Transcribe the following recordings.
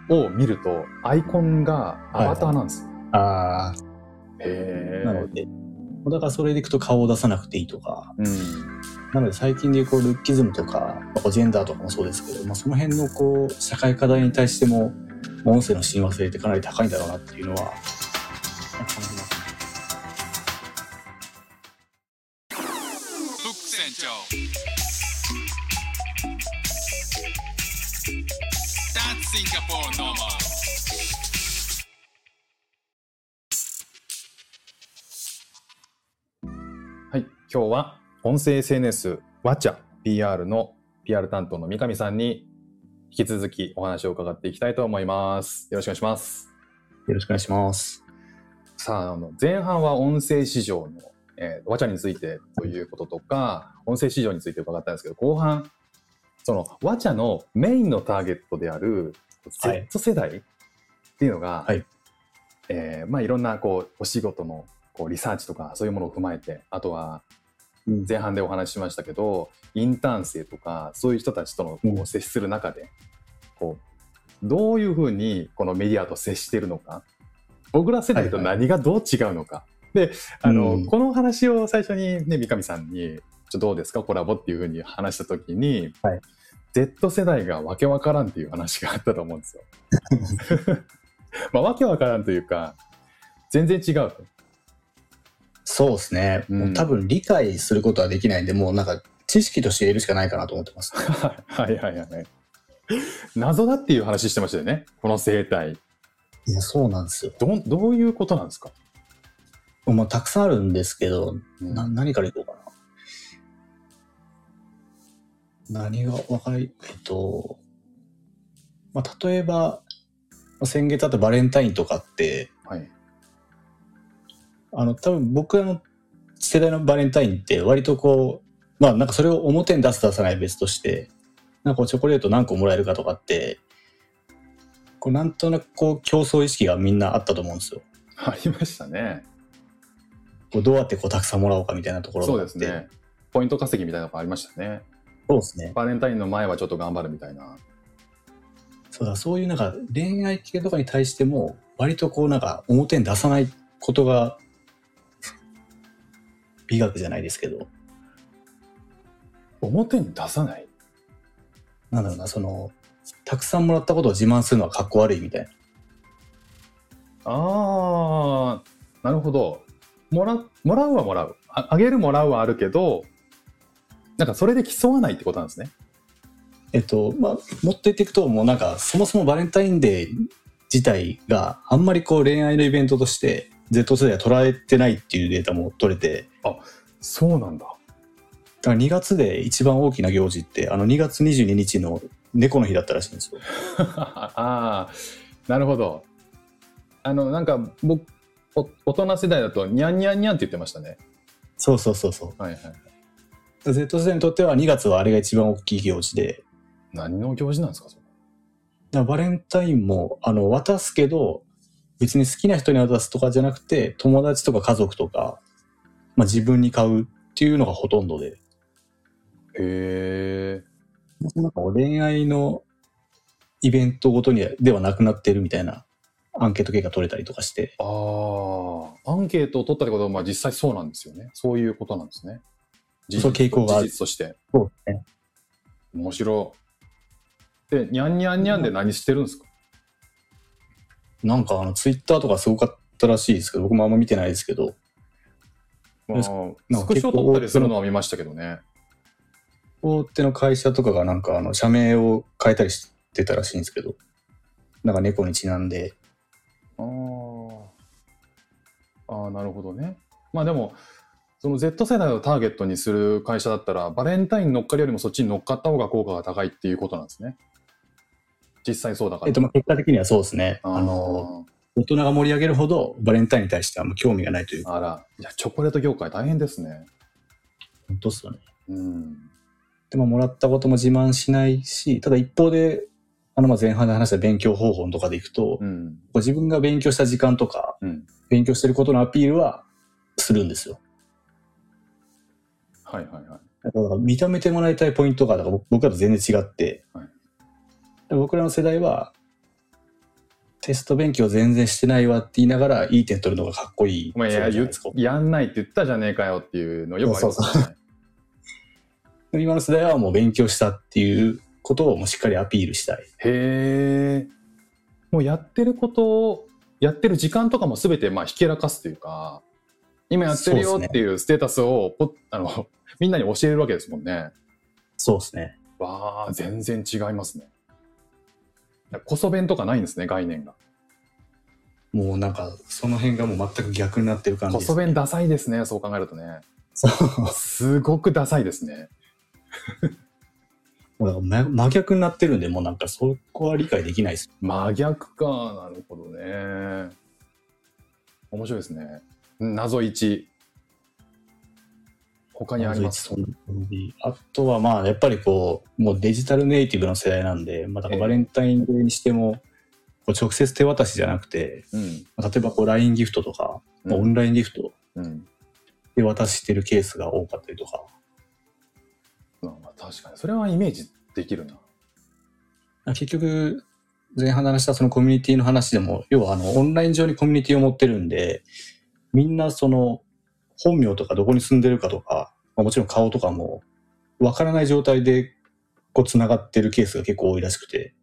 を見るとアイコンがアバターなんですよ。 ああ、 へー。 なので、だからそれでいくと顔を出さなくていいとか、 うん。 なので最近でいうルッキズムとか、ジェンダーとかもそうですけど、その辺の社会課題に対しても、音声の親和性ってかなり高いんだろうなっていうのは感じますね。 フック船長 That's Singapore normal。 はい、今日は音声 SNS ワチャ PR の PR 担当の三上さんに引き続きお話を伺っていきたいと思います。よろしくお願いします。 よろしくお願いします。 さあ、前半は音声市場の、ワチャについてということとか、音声市場について伺ったんですけど、後半そのワチャのメインのターゲットである Z 世代っていうのが、 はい、 いろんなお仕事のリサーチとかそういうものを踏まえて、あとは前半でお話ししましたけど、インターン生とかそういう人たちとの接する中で、どういうふうにこのメディアと接しているのか、僕ら世代と何がどう違うのか、でこの話を最初にね、三上さんにどうですかコラボっていうふうに話した時に、 はい、 Z 世代がわけわからんっていう話があったと思うんですよ。わけわからんというか全然違う。 そうですね、もう多分理解することはできないんで、もうなんか知識として得るしかないかなと思ってます。 はいはいはい。謎だっていう話してましたよね、この生態。 いや、そうなんですよ。 どういうことなんですか？ たくさんあるんですけど、何からいこうかな。何が分かり、例えば先月あったバレンタインとかって、はい、多分僕らの世代のバレンタインって割となんかそれを表に出さない別として、なんかチョコレート何個もらえるかとかってなんとなく競争意識がみんなあったと思うんですよ。 ありましたね。 どうやってたくさんもらおうかみたいなところがあって。 そうですね。ポイント稼ぎみたいなのがありましたね。 そうですね。 バレンタインの前はちょっと頑張るみたいな。 そういうなんか恋愛系とかに対しても割となんか表に出さないことが美学じゃないですけど。 表に出さない？ なんだろうな、たくさんもらったことを自慢するのはかっこ悪いみたいな。 あー、なるほど。もらうはもらう。あげるもらうはあるけど、なんかそれで競わないってことなんですね。 持っていっていくと、もうなんかそもそもバレンタインデー自体があんまり恋愛のイベントとして Z 世代は捉えてないっていうデータも取れて。 あ、そうなんだ。 だから2月で一番大きな行事って2月22日の猫の日だったらしいんですよ。 ああ、なるほど。なんか僕大人世代だとニャンニャンニャンって言ってましたね。 そう。 はいはい。 Z 世代にとっては2月はあれが一番大きい行事で。 何の行事なんですかそれ？ だからバレンタインも渡すけど別に好きな人に渡すとかじゃなくて、友達とか家族とか、自分に買うっていうのがほとんどで。 へー。 なんか恋愛のイベントごとにではなくなってるみたいなアンケート結果取れたりとかして。 アンケートを取ったってことは実際そうなんですよね。そういうことなんですね。 そう傾向がある。 事実として。 そうですね。 面白い。で、ニャンニャンニャンで何してるんですか？ なんかツイッターとかすごかったらしいですけど、僕もあんま見てないですけど。 スクショ撮ったりするのは見ましたけどね。 大手の会社とかがなんか社名を変えたりしてたらしいんですけど、なんか猫にちなんで。 なるほどね。でもその Z 世代をターゲットにする会社だったら、バレンタイン乗っかりよりもそっちに乗っかった方が効果が高いっていうことなんですね。実際そうだから。 結果的にはそうですね。大人が盛り上げるほどバレンタインに対しては興味がないというか。 あら、いやチョコレート業界大変ですね。 本当っすよね。 うん。 でももらったことも自慢しないし、ただ一方で前半で話した勉強方法とかでいくと、自分が勉強した時間とか、勉強してることのアピールはするんですよ。 はいはいはい。 だから認めてもらいたいポイントが僕らと全然違って、僕らの世代はテスト勉強全然してないわって言いながらいい点取るのがかっこいい。 お前やんないって言ったじゃねえかよっていうのよくありますよね。 今の世代はもう勉強したっていうことをもうしっかりアピールしたい。 へえ。もうやってることを、やってる時間とかも全てまあひけらかすというか、今やってるよっていうステータスをみんなに教えるわけですもんね。 そうですね。 わあ、全然違いますね。こそ弁とかないんですね、概念が。 もうなんかその辺がもう全く逆になってる感じです、ね。 こそ弁ダサいですね、そう考えるとね。 そうすごくダサいですね。 もう真逆になってるんで、もうなんかそこは理解できないです。 真逆か、なるほどね。面白いですね。謎1。他にありますか？ あとはまあやっぱりこうもうデジタルネイティブの世代なんで、まあ、だからバレンタインデーにしてもこう直接手渡しじゃなくて、例えばこう LINE ギフトとか、オンラインギフトで渡してるケースが多かったりとか。 確かにそれはイメージできるな。 結局前半話したそのコミュニティの話でも、要はオンライン上にコミュニティを持ってるんで、みんなその本名とかどこに住んでるかとか、もちろん顔とかもわからない状態でこう繋がってるケースが結構多いらしくて、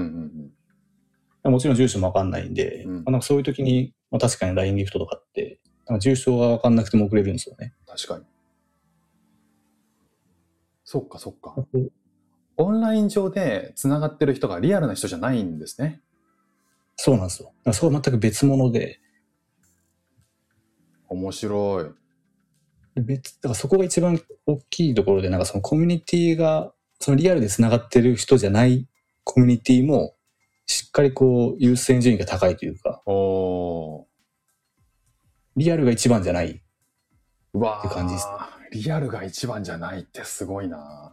もちろん住所もわかんないんで、なんかそういう時に、確かに LINE ギフトとかってなんか住所はわかんなくても送れるんですよね。 確かに。そっかそっか。オンライン上で繋がってる人がリアルな人じゃないんですね。 そうなんですよ。だからそれは全く別物で。 面白い。 だからそこが一番大きいところで、なんかそのコミュニティが、そのリアルで繋がってる人じゃないコミュニティも、しっかりこう優先順位が高いというか、リアルが一番じゃないって感じです。 リアルが一番じゃないってすごいな。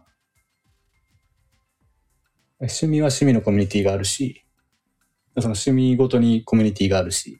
趣味は趣味のコミュニティがあるし、その趣味ごとにコミュニティがあるし、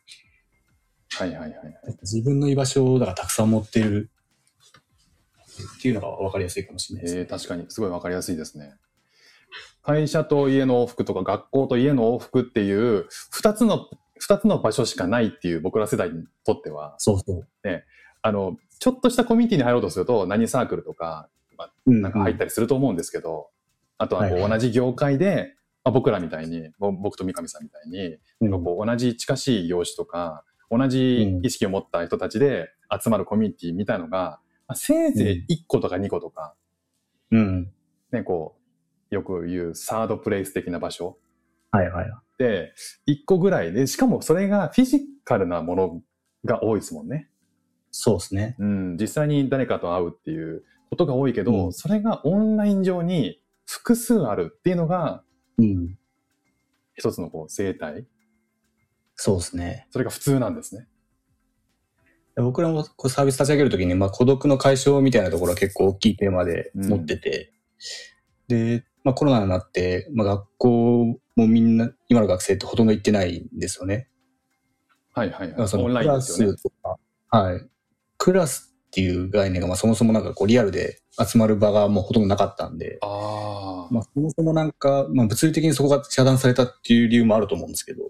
自分の居場所をだからたくさん持ってるっていうのが分かりやすいかもしれないですね。 確かにすごい分かりやすいですね。会社と家の往復とか学校と家の往復っていう2つの場所しかないっていう僕ら世代にとっては、ね、ちょっとしたコミュニティに入ろうとすると何サークルとか、なんか入ったりすると思うんですけど、あとはこう同じ業界で、僕らみたいに、僕と三上さんみたいに、こう同じ近しい業種とか同じ意識を持った人たちで集まるコミュニティみたいのが、せいぜい1個とか2個とか、ね、こうよく言うサードプレイス的な場所で1個ぐらいで、しかもそれがフィジカルなものが多いですもんね。 そうですね。 実際に誰かと会うっていうことが多いけど、それがオンライン上に複数あるっていうのが、一つのこう生態。 そうですね。 それが普通なんですね。 僕らもこうサービス立ち上げるときに、孤独の解消みたいなところは結構大きいテーマで持ってて、で、コロナになって、学校もみんな、今の学生ってほとんど行ってないんですよね。オンラインですよね。クラスっていう概念がそもそもなんかこうリアルで集まる場がもうほとんどなかったんで、そもそもなんか、物理的にそこが遮断されたっていう理由もあると思うんですけど、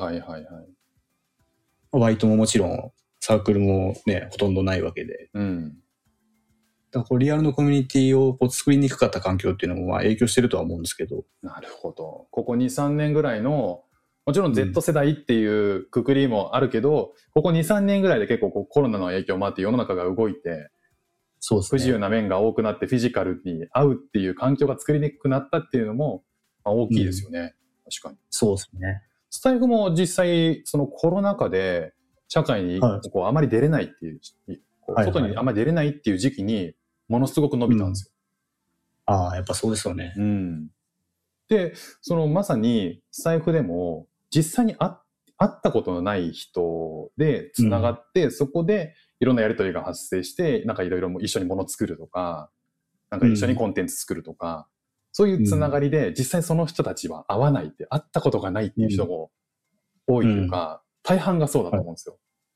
バイトももちろんサークルもね、ほとんどないわけで、だからこうリアルのコミュニティをこう作りにくかった環境っていうのも影響してるとは思うんですけど。 なるほど。ここ 2,3 年ぐらいの、もちろん Z 世代っていうくくりもあるけど、ここ 2,3 年ぐらいで結構こうコロナの影響もあって世の中が動いて、不自由な面が多くなってフィジカルに合うっていう環境が作りにくくなったっていうのも、大きいですよね。確かに。 そうですね。 スタイフも実際そのコロナ禍で社会にこうあまり出れないっていう、外にあまり出れないっていう時期にものすごく伸びたんですよ。やっぱそうですよね。 で、そのまさにスタイフでも実際に会ったことのない人でつながって、そこでいろんなやりとりが発生して、なんかいろいろ一緒に物作るとか、なんか一緒にコンテンツ作るとか、そういうつながりで実際その人たちは会わないって、会ったことがないっていう人も多いというか、大半がそうだと思うんですよ。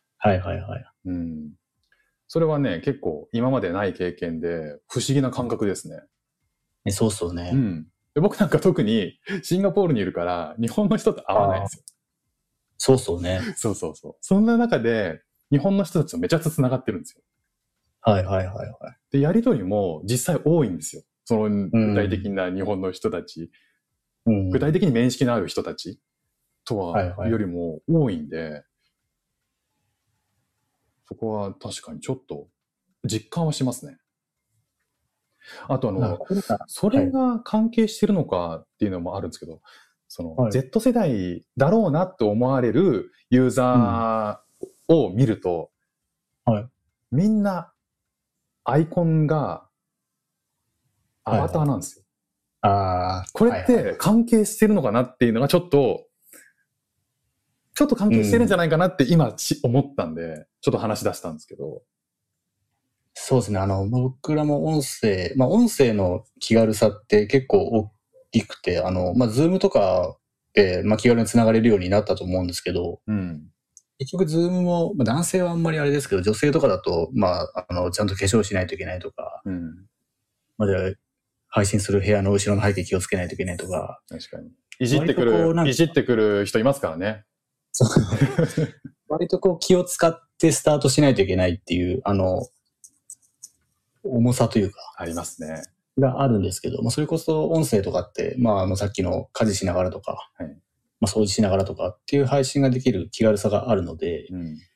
それはね、結構今までない経験で不思議な感覚ですね。 そうっすよね。 で僕なんか特にシンガポールにいるから日本の人と会わないんですよ。 そうそうね。 そうそうそう。そんな中で、日本の人たちとめちゃくちゃ繋がってるんですよ。 はいはいはいはい。 で、やりとりも実際多いんですよ。その具体的な日本の人たち、具体的に面識のある人たちとはよりも多いんで、そこは確かにちょっと実感はしますね。あとそれが関係してるのかっていうのもあるんですけど、その Z 世代だろうなって思われるユーザーを見ると、みんなアイコンがアバターなんですよ。これって関係してるのかなっていうのがちょっと関係してるんじゃないかなって今思ったんで、ちょっと話し出したんですけど。 そうですね。僕らも音声の気軽さって結構大きくて、ズームとかで、気軽につながれるようになったと思うんですけど、結局ズームも、男性はあんまりあれですけど、女性とかだと、ちゃんと化粧しないといけないとか、配信する部屋の後ろの背景気をつけないといけないとか。 確かに。いじってくる人いますからね。 割と気を使ってスタートしないといけないっていう、重さというか。 ありますね。 があるんですけど、それこそ音声とかって、さっきの家事しながらとか、掃除しながらとかっていう配信ができる気軽さがあるので、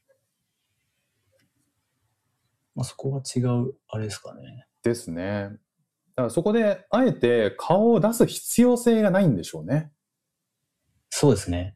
そこは違う、あれですかね。 ですね。だからそこで、あえて顔を出す必要性がないんでしょうね。 そうですね。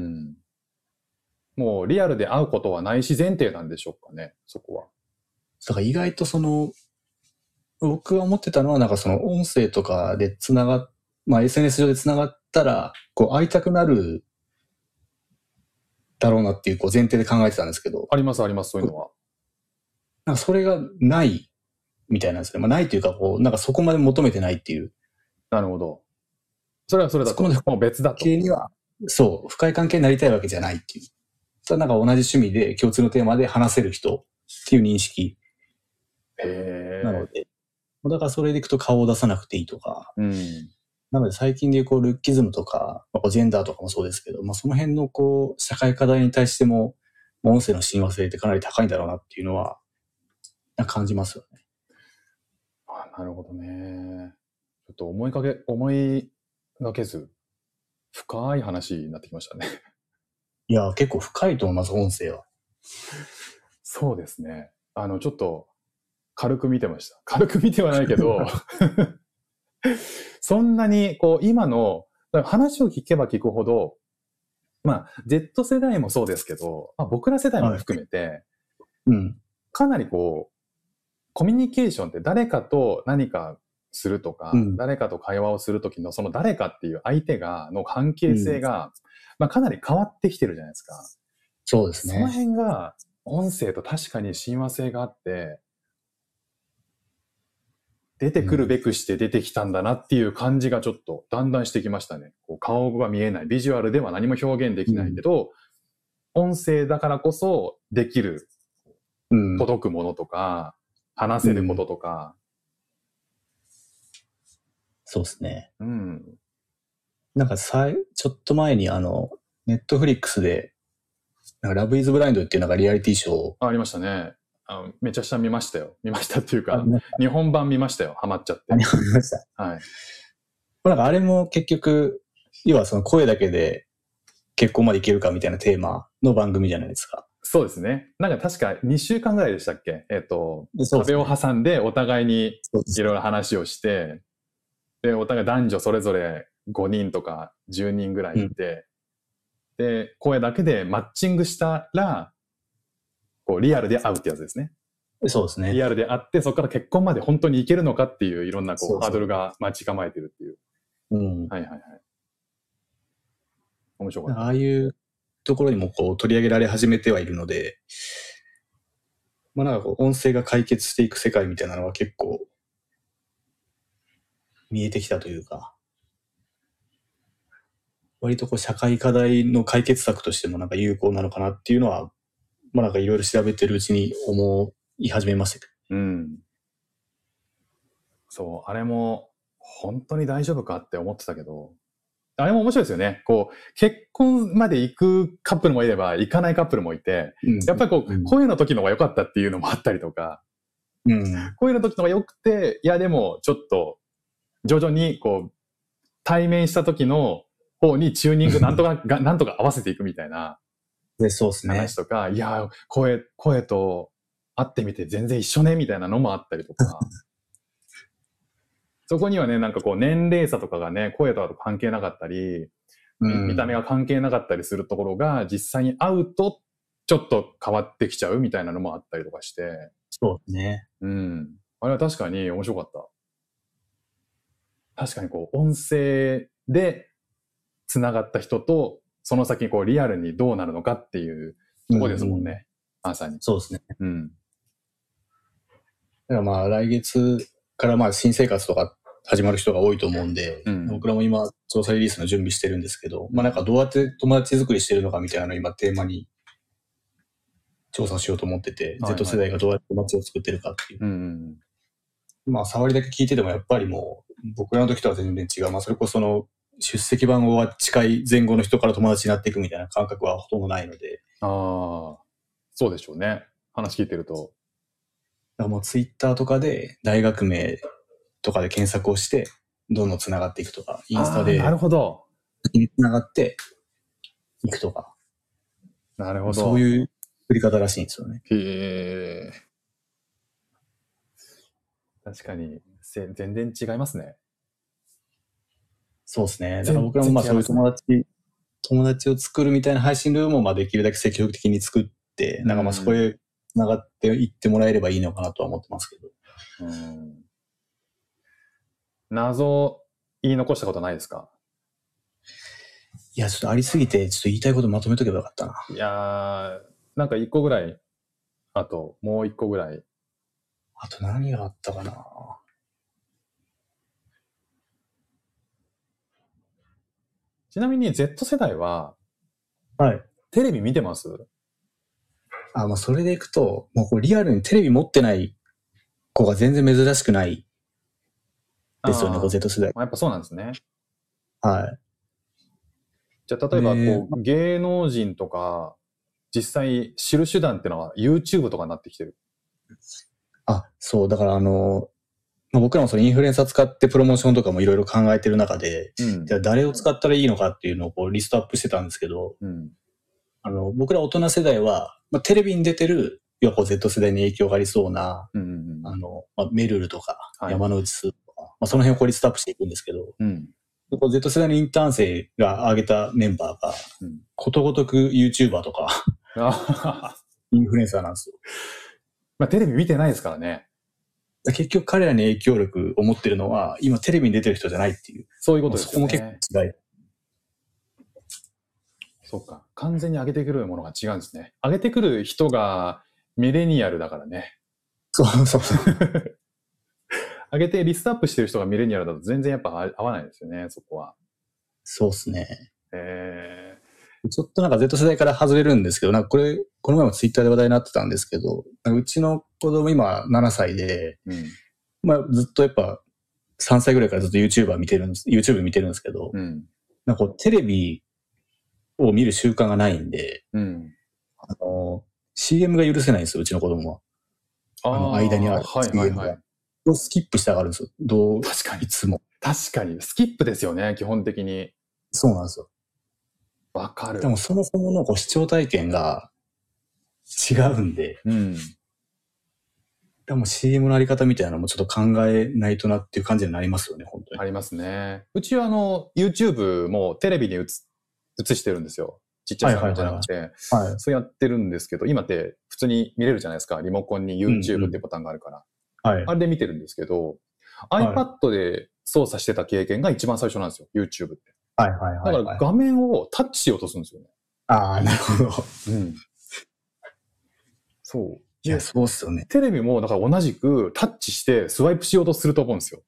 もうリアルで会うことはないし前提なんでしょうかね、そこは。 だから意外と僕が思ってたのは、音声とかでSNS 上で繋がったら、会いたくなるだろうなっていう、前提で考えてたんですけど。 ありますあります、そういうのは。 それがないみたいなんですね。ないというか、そこまで求めてないっていう。 なるほど。それはそれだと。もう別だと。 そう、深い関係になりたいわけじゃないっていう。それは同じ趣味で共通のテーマで話せる人っていう認識。なので。だからそれでいくと顔を出さなくていいとか。なので最近でいうルッキズムとか、ジェンダーとかもそうですけど、その辺の社会課題に対しても、音声の親和性ってかなり高いんだろうなっていうのは、感じますよね。 なるほどね。ちょっと思いがけず、深い話になってきましたね。 いや、結構深いと思います、音声は。 そうですね。ちょっと、軽く見てました。軽く見てはないけど、そんなに、今の、話を聞けば聞くほど、Z 世代もそうですけど、僕ら世代も含めて、かなりコミュニケーションって誰かと何かするとか、誰かと会話をするときのその誰かっていう相手の関係性が、かなり変わってきてるじゃないですか。 そうですね。 その辺が、音声と確かに親和性があって、出てくるべくして出てきたんだなっていう感じがちょっとだんだんしてきましたね。顔が見えない。ビジュアルでは何も表現できないけど、音声だからこそできる、届くものとか、話せることとか。 そうですね。ちょっと前にネットフリックスで、ラブイズブラインドっていうリアリティショー。 ありましたね。めちゃくちゃ見ましたよ。見ましたっていうか、日本版見ましたよ。ハマっちゃって。 見ました。 はい。 あれも結局、要はその声だけで結婚までいけるかみたいなテーマの番組じゃないですか。 そうですね。確か2週間ぐらいでしたっけ？壁を挟んでお互いにいろいろ話をして、で、お互い男女それぞれ5人とか10人ぐらいいて、で、声だけでマッチングしたら、リアルで会うってやつですね。 そうですね。 リアルで会って、そこから結婚まで本当にいけるのかっていういろんなハードルが待ち構えてるっていう。はいはいはい。面白かった。 ああいうところにも取り上げられ始めてはいるので、音声が解決していく世界みたいなのは結構見えてきたというか、割と社会課題の解決策としても有効なのかなっていうのは、いろいろ調べてるうちに思い始めましたけど。 そう、あれも本当に大丈夫かって思ってたけど、 あれも面白いですよね。こう、結婚まで行くカップルもいれば、行かないカップルもいて、やっぱりこう、声の時の方が良かったっていうのもあったりとか、声の時の方が良くて、いやでもちょっと、徐々にこう、対面した時の方にチューニングなんとかなんとか合わせていくみたいなそうですね。 話とか、いや、声と会ってみて全然一緒ねみたいなのもあったりとか、そこにはね、なんかこう年齢差とかがね、声とかと関係なかったり、見た目が関係なかったりするところが実際に会うとちょっと変わってきちゃうみたいなのもあったりとかして。 そうですね。 あれは確かに面白かった。確かにこう音声で繋がった人とその先こうリアルにどうなるのかっていうところですもんね。まさに。 そうですね。だからまあ来月からまあ新生活とか始まる人が多いと思うんで、僕らも今調査リリースの準備してるんですけど、まあなんかどうやって友達作りしてるのかみたいなのを今テーマに調査しようと思ってて、Z 世代がどうやって友達を作ってるかっていう。まあ触りだけ聞いててもやっぱりもう僕らの時とは全然違う。まあそれこそ出席番号が近い前後の人から友達になっていくみたいな感覚はほとんどないので。 そうでしょうね。話聞いてると。 だからもうツイッターとかで大学名とかで検索をして、どんどん繋がっていくとか、インスタで。 なるほど。 繋がっていくとか。 なるほど。 そういう作り方らしいんですよね。 へー。確かに、全然違いますね。 そうですね。だから僕らもまあそういう友達を作るみたいな配信ルームもまあできるだけ積極的に作って、なんかまあそこへ繋がっていってもらえればいいのかなとは思ってますけど。 謎言い残したことないですか？ いや、ちょっとありすぎて、ちょっと言いたいことまとめとけばよかったな。 いやー、なんか一個ぐらい、あと、もう一個ぐらい。 あと何があったかな。 ちなみに Z 世代は、 はい。 テレビ見てます？ まあそれでいくと、もうこうリアルにテレビ持ってない子が全然珍しくないですよね、Z 世代。 やっぱそうなんですね。 はい。 じゃあ例えばこう、芸能人とか実際知る手段ってのは YouTube とかになってきてる。 そうだから僕らもそのインフルエンサー使ってプロモーションとかもいろいろ考えてる中で、じゃあ誰を使ったらいいのかっていうのをこうリストアップしてたんですけど、僕ら大人世代は、まあ、テレビに出てる要はこう Z 世代に影響がありそうな、まあ、メルルとか、山之内すとか、まあ、その辺をこうリストアップしていくんですけど、Z 世代のインターン生が挙げたメンバーが、ことごとく YouTuber とか、インフルエンサーなんですよ。 まあ、テレビ見てないですからね。 結局彼らに影響力を持ってるのは、今テレビに出てる人じゃないっていう。 そういうことですよね。 そこも結構違い。 そうか。完全に上げてくるものが違うんですね。上げてくる人がミレニアルだからね。 そう。 上げてリストアップしてる人がミレニアルだと全然やっぱ合わないですよね、そこは。 そうですね。ちょっとなんか Z 世代から外れるんですけど、なんかこの前もツイッターで話題になってたんですけど、うちの子供今7歳で、まあずっとやっぱ3歳ぐらいからずっと YouTube 見てるんですけど、なんかこうテレビを見る習慣がないんで、CM が許せないんですよ、うちの子供は。間にある CM が。スキップしたがるんですよ。 確かに。 いつも。 確かに。スキップですよね、基本的に。 そうなんですよ。 わかる。 でもそもそもの視聴体験が違うんで、でも CM のあり方みたいなのもちょっと考えないとなっていう感じになりますよね、本当に。 ありますね。うちはYouTube もテレビに映してるんですよ。ちっちゃい画面じゃなくて。そうやってるんですけど、今って普通に見れるじゃないですか。リモコンに YouTube ってボタンがあるから。あれで見てるんですけど、iPad で操作してた経験が一番最初なんですよ、YouTube って。だから画面をタッチしようとするんですよね。 なるほど。 そう。 いや、そうっすよね。 テレビもだから同じくタッチしてスワイプしようとすると思うんですよ。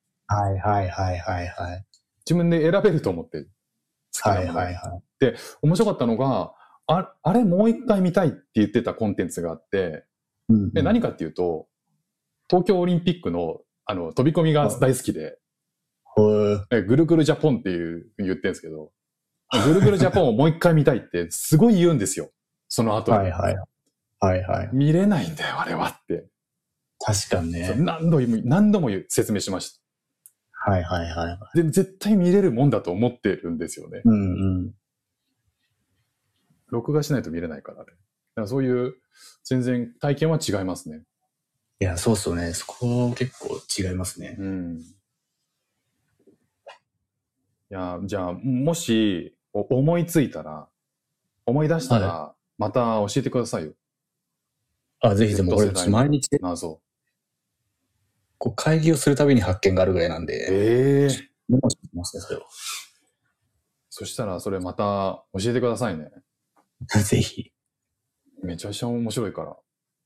自分で選べると思って。で、面白かったのが、あれもう一回見たいって言ってたコンテンツがあって、で何かっていうと、東京オリンピックの飛び込みが大好きで、ぐるぐるジャポンって言ってるんですけど、 ぐるぐるジャポンをもう一回見たいってすごい言うんですよ。その後に。 はいはい。はいはい。 見れないんだよ、あれはって。 確かにね。 何度も説明しました。 はいはいはい。 でも絶対見れるもんだと思ってるんですよね。 うんうん。 録画しないと見れないからね。だからそういう全然体験は違いますね。 いや、そうっすよね。そこ結構違いますね。 うん。いや、じゃあ、もし思いついたら、思い出したら、また教えてくださいよ。 ぜひでもこれ毎日謎。 こう会議をするたびに発見があるぐらいなんで。メモしてますね、それを。 そしたらそれまた教えてくださいね。 ぜひ。 めちゃくちゃ面白いから。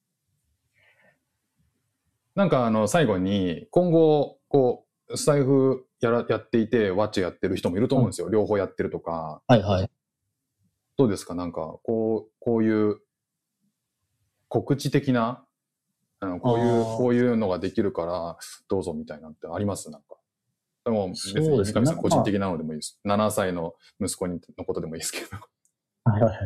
なんか最後に今後こうスタイフやっていてワッチやってる人もいると思うんですよ。両方やってるとか。 はいはい。 どうですか？なんかこういう告知的なこういうのができるからどうぞみたいなってあります？なんか。でも別に三上さん個人的なのでもいいです。7歳の息子のことでもいいですけど。 はいはい。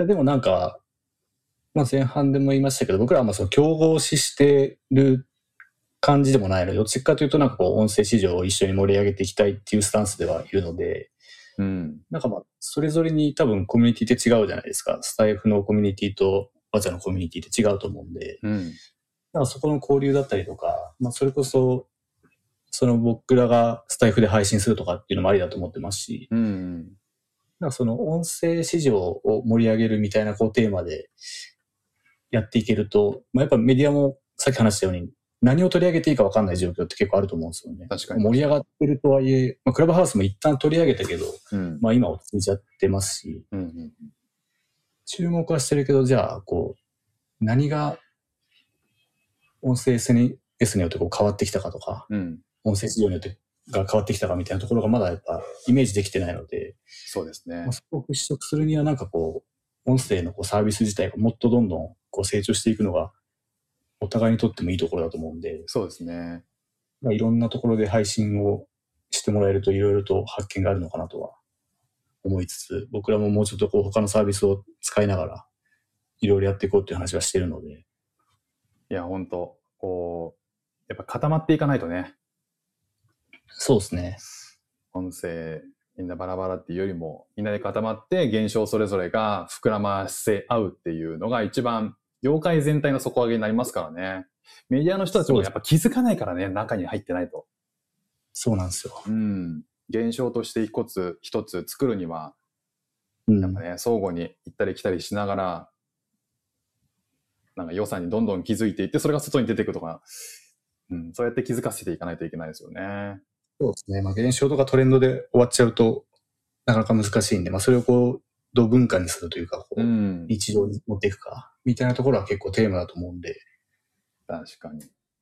でもなんか、前半でも言いましたけど、僕らはその競合視してる感じでもないので、どっちかというとなんかこう音声市場を一緒に盛り上げていきたいっていうスタンスではいるので、 うん、 なんかそれぞれに多分コミュニティって違うじゃないですか。スタイフのコミュニティとワチャのコミュニティって違うと思うんで、だからそこの交流だったりとか、それこそその僕らがスタイフで配信するとかっていうのもありだと思ってますし、なんかその音声市場を盛り上げるみたいなこうテーマでやっていけると、やっぱメディアもさっき話したように何を取り上げていいか分かんない状況って結構あると思うんですよね。 確かに。 盛り上がってるとはいえ、クラブハウスも一旦取り上げたけど、今落ち着いちゃってますし、注目はしてるけど、じゃあこう何が音声 SNS によってこう変わってきたかとか、音声市場によってが変わってきたかみたいなところがまだやっぱイメージできてないので、 そうですね。 そこを払拭するにはなんかこう音声のこうサービス自体がもっとどんどんこう成長していくのがお互いにとってもいいところだと思うんで、 そうですね。 いろんなところで配信をしてもらえるといろいろと発見があるのかなとは思いつつ、僕らももうちょっとこう他のサービスを使いながらいろいろやっていこうっていう話はしてるので。 いや本当こうやっぱ固まっていかないとね。 そうですね。 音声みんなバラバラっていうよりもみんなで固まって現象それぞれが膨らませ合うっていうのが一番業界全体の底上げになりますからね。メディアの人たちもやっぱ気づかないからね、中に入ってないと。 そうなんですよ。 現象として一つ作るには、やっぱね、相互に行ったり来たりしながら、なんか良さにどんどん気づいていって、それが外に出ていくとか、そうやって気づかせていかないといけないですよね。 そうですね。現象とかトレンドで終わっちゃうと、なかなか難しいんで、それをこう、どう文化にするというか、こう、日常に持っていくか、みたいなところは結構テーマだと思うんで。 確かに。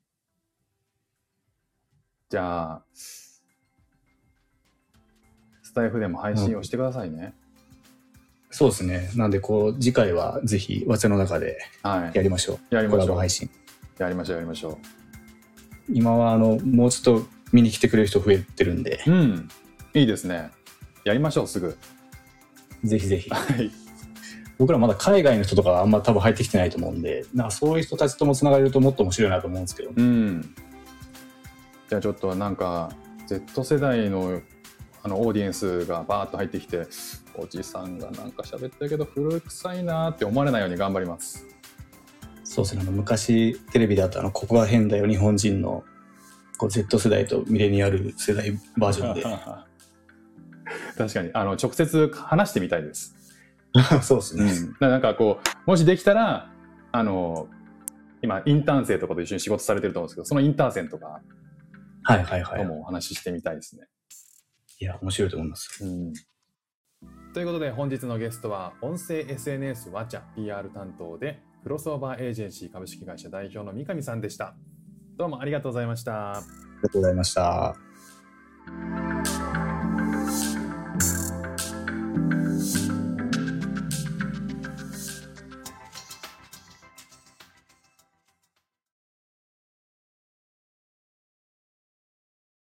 じゃあ、スタイフでも配信をしてくださいね。 そうですね。なんで次回はぜひ、ワチャの中でやりましょう。 やりましょう。 コラボ配信。 やりましょう。 今はもうちょっと見に来てくれる人増えてるんで。 いいですね。やりましょう、すぐ。 ぜひぜひ。僕らまだ海外の人とかあんま多分入ってきてないと思うんで、そういう人たちともつながれるともっと面白いなと思うんですけど。 じゃあちょっとなんか Z 世代のオーディエンスがバーッと入ってきて、おじさんがなんか喋ってるけど古臭いなって思われないように頑張ります。 そうですね。昔テレビであったここが変だよ日本人のZ 世代とミレニアル世代バージョンで確かに直接話してみたいです。 そうですね。 なんかもしできたら今インターン生とかと一緒に仕事されてると思うんですけど、そのインターン生とかともお話ししてみたいですね。 いや面白いと思います。 ということで本日のゲストは音声 SNS ワチャ PR 担当でクロスオーバーエージェンシー株式会社代表の三上さんでした。どうもありがとうございました。 ありがとうございました。